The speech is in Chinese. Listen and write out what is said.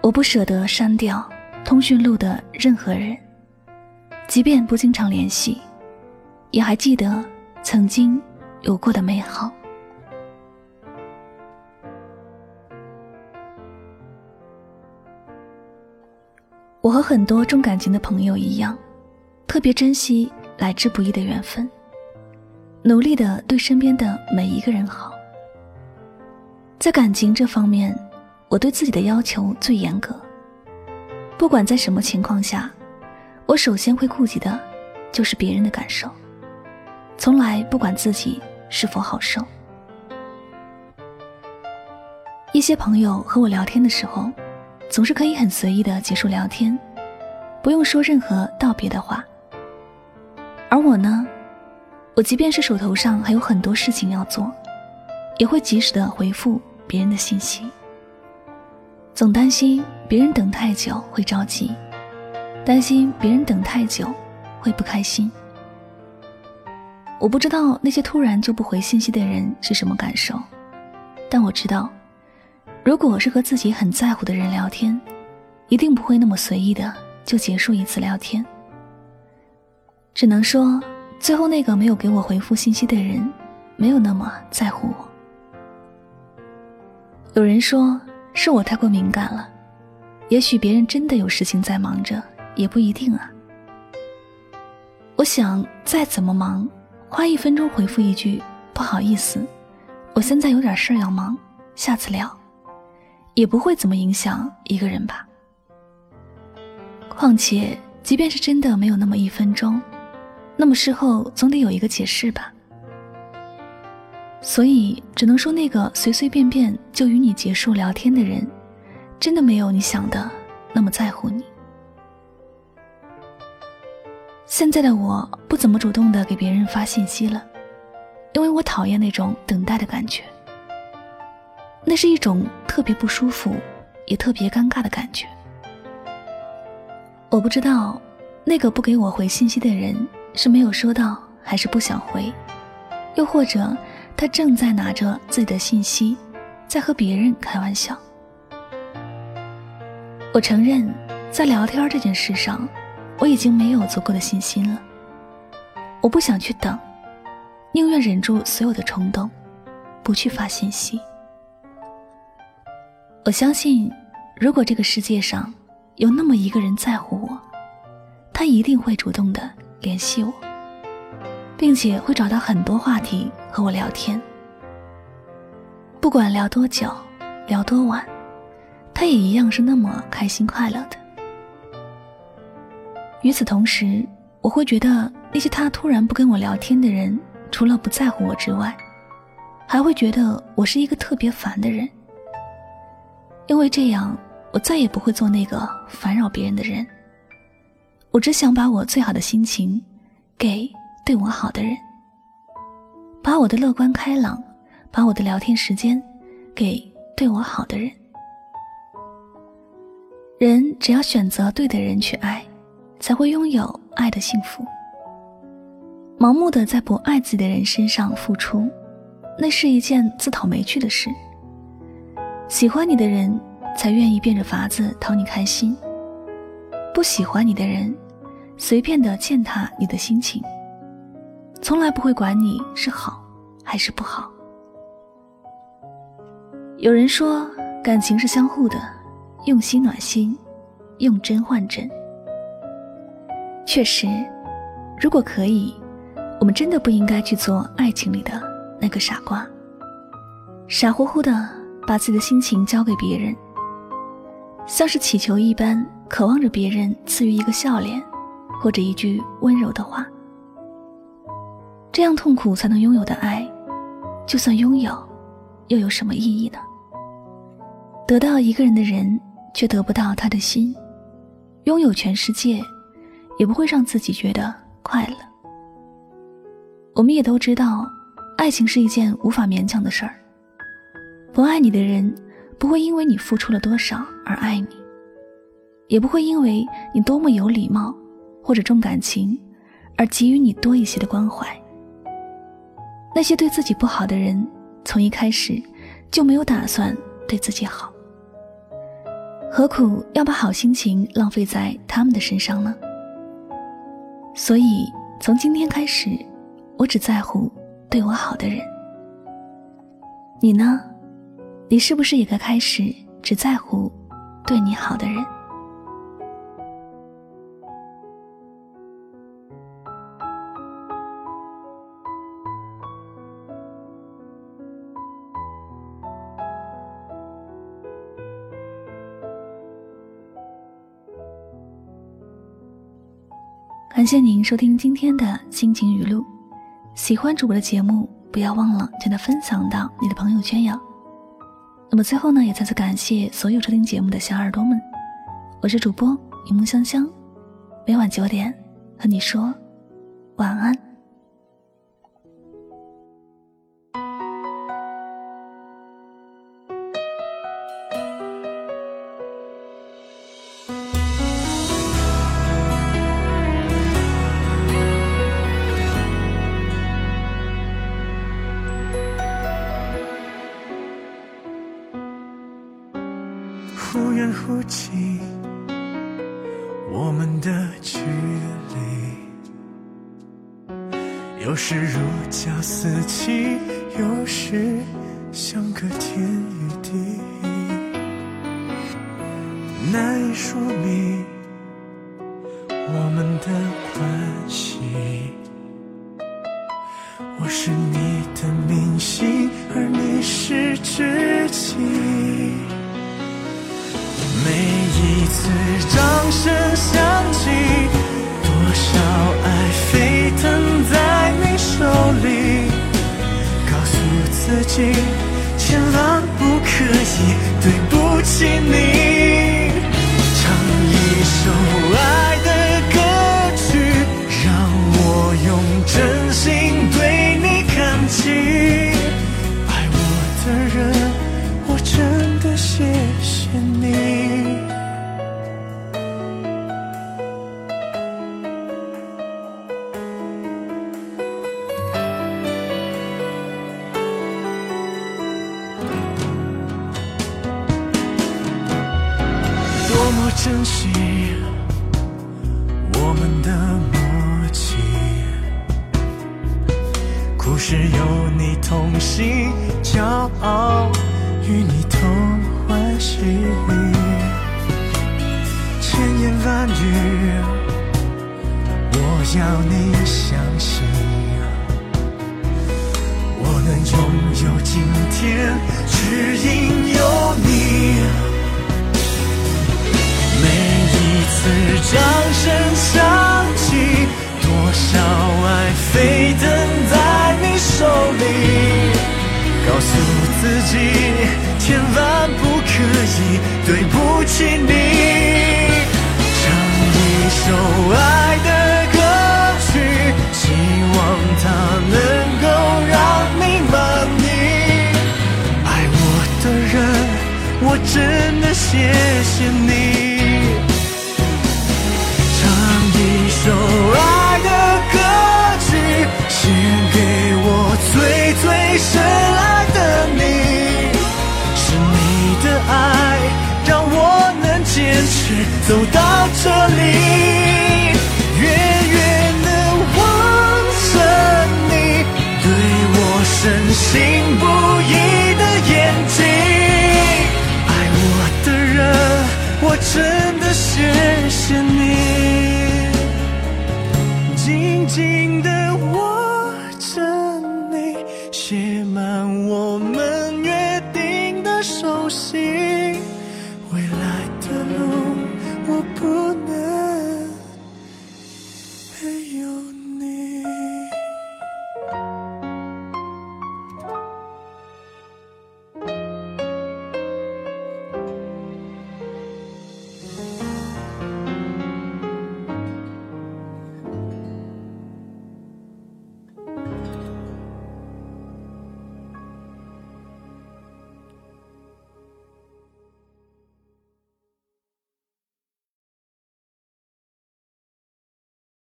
我不舍得删掉通讯录的任何人，即便不经常联系，也还记得曾经有过的美好。我和很多重感情的朋友一样，特别珍惜来之不易的缘分，努力地对身边的每一个人好。在感情这方面，我对自己的要求最严格，不管在什么情况下，我首先会顾及的就是别人的感受，从来不管自己是否好受。一些朋友和我聊天的时候，总是可以很随意地结束聊天，不用说任何道别的话。而我呢，我即便是手头上还有很多事情要做，也会及时地回复别人的信息。总担心别人等太久会着急，担心别人等太久会不开心。我不知道那些突然就不回信息的人是什么感受，但我知道，如果是和自己很在乎的人聊天，一定不会那么随意的就结束一次聊天。只能说，最后那个没有给我回复信息的人，没有那么在乎我。有人说是我太过敏感了，也许别人真的有事情在忙着，也不一定啊。我想再怎么忙，花1分钟回复一句不好意思，我现在有点事要忙，下次聊，也不会怎么影响一个人吧。况且即便是真的没有那么1分钟，那么事后总得有一个解释吧。所以只能说，那个随随便便就与你结束聊天的人，真的没有你想的那么在乎你。现在的我不怎么主动的给别人发信息了，因为我讨厌那种等待的感觉，那是一种特别不舒服也特别尴尬的感觉。我不知道那个不给我回信息的人是没有收到还是不想回，又或者他正在拿着自己的信息在和别人开玩笑。我承认，在聊天这件事上，我已经没有足够的信心了。我不想去等，宁愿忍住所有的冲动，不去发信息。我相信，如果这个世界上有那么一个人在乎我，他一定会主动地联系我，并且会找到很多话题和我聊天。不管聊多久，聊多晚，他也一样是那么开心快乐的。与此同时，我会觉得那些他突然不跟我聊天的人，除了不在乎我之外，还会觉得我是一个特别烦的人。因为这样，我再也不会做那个烦扰别人的人。我只想把我最好的心情给对我好的人，把我的乐观开朗，把我的聊天时间给对我好的人。人只要选择对的人去爱，才会拥有爱的幸福。盲目的在不爱自己的人身上付出，那是一件自讨没趣的事。喜欢你的人才愿意变着法子讨你开心，不喜欢你的人随便的践踏你的心情，从来不会管你是好还是不好。有人说，感情是相互的，用心暖心，用真换真。确实，如果可以，我们真的不应该去做爱情里的那个傻瓜，傻乎乎的把自己的心情交给别人，像是祈求一般，渴望着别人赐予一个笑脸或者一句温柔的话。这样痛苦才能拥有的爱，就算拥有，又有什么意义呢？得到一个人的人，却得不到他的心，拥有全世界，也不会让自己觉得快乐。我们也都知道，爱情是一件无法勉强的事儿。不爱你的人，不会因为你付出了多少而爱你，也不会因为你多么有礼貌或者重感情而给予你多一些的关怀。那些对自己不好的人，从一开始就没有打算对自己好。 何苦要把好心情浪费在他们的身上呢？所以从今天开始，我只在乎对我好的人。你呢？你是不是也该开始只在乎对你好的人？感谢您收听今天的心情语录，喜欢主播的节目，不要忘了将它分享到你的朋友圈哟。那么最后呢，也再次感谢所有收听节目的小耳朵们，我是主播柠檬香香，每晚9点和你说晚安。 忽远忽近，我们的距离，有时如胶似漆，有时相隔天与地，难以说明我们的关系。我是你的明星，而你是知己。每一次掌声响起，多少爱沸腾在你手里，告诉自己千万不可以对不起你。唱一首爱的歌曲，让我用真心对你看齐。爱我的人，我真的谢谢你。多么珍惜我们的默契，苦时有你同行，骄傲与你同欢喜。千言万语，我要你相信，我能拥有今天，只因有你。每一次掌声响起，多少爱沸腾在你手里，告诉自己千万不可以对不起你。唱一首爱的歌曲，希望它能够让你满意。爱我的人，我真的谢谢你。一首爱的歌曲，献给我最最深爱的你。是你的爱，让我能坚持走到这里。月月能望着你，对我深信不